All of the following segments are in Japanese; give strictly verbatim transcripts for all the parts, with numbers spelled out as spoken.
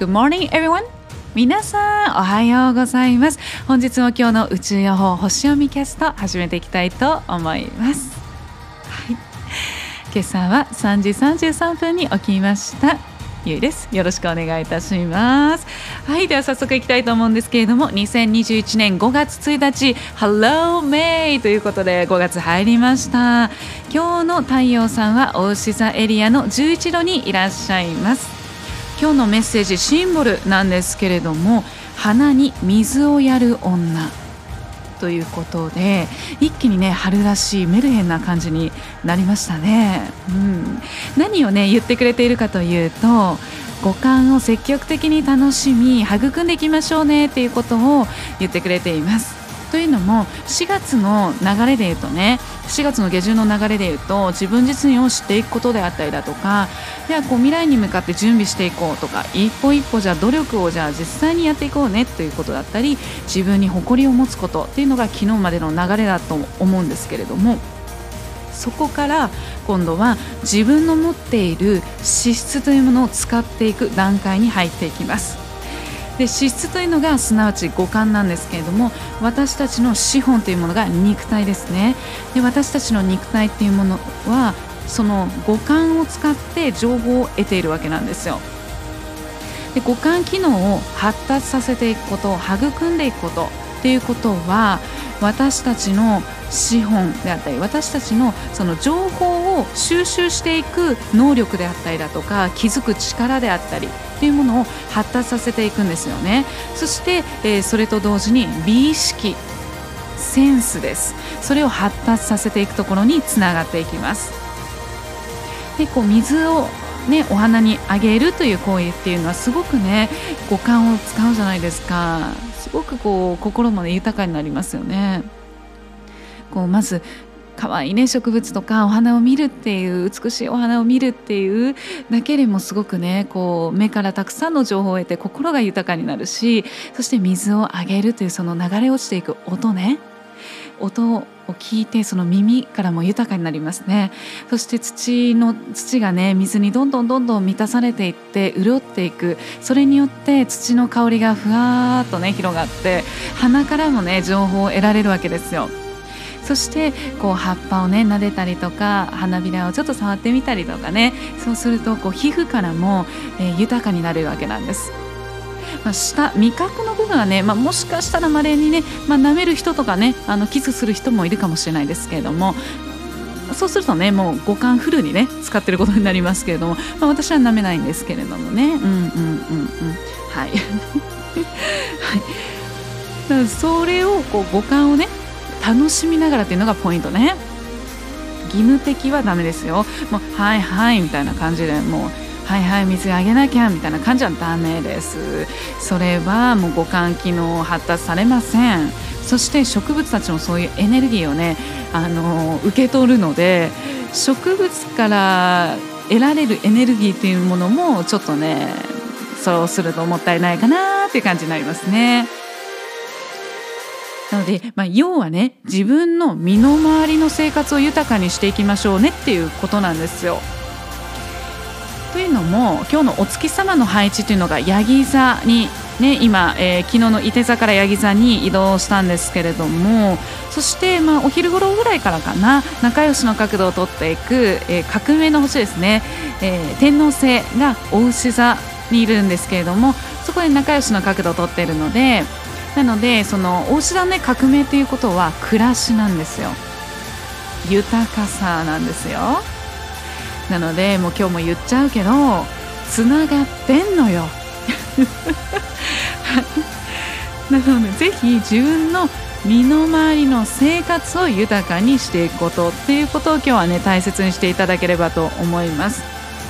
Good morning, everyone! 皆さん、おはようございます。本日も今日の宇宙予報星読みキャスト始めていきたいと思います。はい、今朝はさんじさんじゅうさんぷんに起きました。ゆいです。よろしくお願いいたします。はい、では早速いきたいと思うんですけれども、にせんにじゅういちねんごがつついたち Hello May ということでごがつ入りました。今日の太陽さんは牡牛座エリアのじゅういちどにいらっしゃいます。今日のメッセージシンボルなんですけれども、花に水をやる女ということで、一気にね春らしいメルヘンな感じになりましたね。うん、何をね言ってくれているかというと、五感を積極的に楽しみ育んでいきましょうねっていうことを言ってくれています。というのもしがつの流れでいうとね、しがつの下旬の流れでいうと、自分自身を知っていくことであったりだとか、ではこう未来に向かって準備していこうとか、一歩一歩じゃあ努力をじゃあ実際にやっていこうねということだったり、自分に誇りを持つことっていうのが昨日までの流れだと思うんですけれども、そこから今度は自分の持っている資質というものを使っていく段階に入っていきます。で資質というのがすなわち五感なんですけれども、私たちの資本というものが肉体ですね。で私たちの肉体っていうものはその五感を使って情報を得ているわけなんですよ。で五感機能を発達させていくこと、育んでいくことっていうことは、私たちの資本であったり、私たちのその情報を収集していく能力であったりだとか、気づく力であったりっていうものを発達させていくんですよね。そして、えー、それと同時に美意識、センスです。それを発達させていくところにつながっていきます。でこう水をね、お花にあげるという行為っていうのはすごくね五感を使うじゃないですか。すごくこう心も、ね、豊かになりますよね。こうまず可愛いね植物とかお花を見るっていう、美しいお花を見るっていうだけでもすごくねこう目からたくさんの情報を得て心が豊かになるし、そして水をあげるというその流れ落ちていく音ね、音を聞いてその耳からも豊かになりますね。そして土の土がね水にどんどんどんどん満たされていって潤っていく。それによって土の香りがふわーっとね広がって、花からもね情報を得られるわけですよ。そしてこう葉っぱをね撫でたりとか、花びらをちょっと触ってみたりとかね、そうするとこう皮膚からも、えー、豊かになるわけなんです。まあ、下味覚の部分はね、まあ、もしかしたら稀にね、まあ、舐める人とかねあのキスする人もいるかもしれないですけれども、そうするとねもう五感フルにね使ってることになりますけれども、まあ、私は舐めないんですけれどもね。うんうんうんうんはい、はい、だからそれをこう五感をね楽しみながらっていうのがポイントね。義務的はダメですよ。もうはいはいみたいな感じでもうはいはい水あげなきゃみたいな感じはダメです。それはもう五感機能発達されません。そして植物たちもそういうエネルギーをねあの受け取るので、植物から得られるエネルギーっていうものもちょっとねそうするともったいないかなっていう感じになりますね。なので、まあ、要はね自分の身の回りの生活を豊かにしていきましょうねっていうことなんですよ。というのも今日のお月様の配置というのがヤギ座に、ね、今、えー、昨日のいて座からヤギ座に移動したんですけれども、そして、まあ、お昼頃ぐらいからかな仲良しの角度をとっていく、えー、革命の星ですね、えー、天王星が牡牛座にいるんですけれども、そこで仲良しの角度をとっているので、なのでその牡牛座の、ね、革命ということは暮らしなんですよ。豊かさなんですよ。なのでもう今日も言っちゃうけどつながってんのよなのでぜひ自分の身の回りの生活を豊かにしていくことっていうことを今日はね大切にしていただければと思います。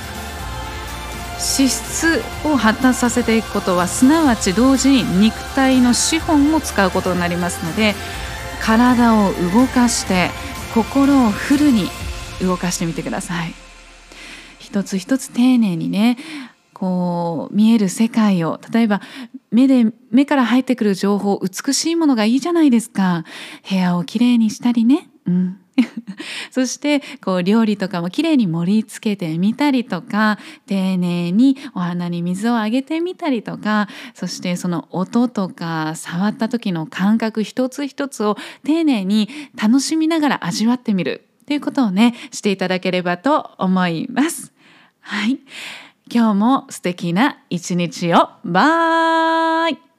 資質を発達させていくことはすなわち同時に肉体の資本を使うことになりますので、体を動かして心をフルに動かしてみてください。一つ一つ丁寧にねこう見える世界を、例えば目で目から入ってくる情報、美しいものがいいじゃないですか。部屋をきれいにしたりね、うん、 そしてこう料理とかもきれいに盛り付けてみたりとか、丁寧にお花に水をあげてみたりとか、そしてその音とか触った時の感覚一つ一つを丁寧に楽しみながら味わってみるっていうことをね、していただければと思います。はい。今日も素敵な一日を。バイ。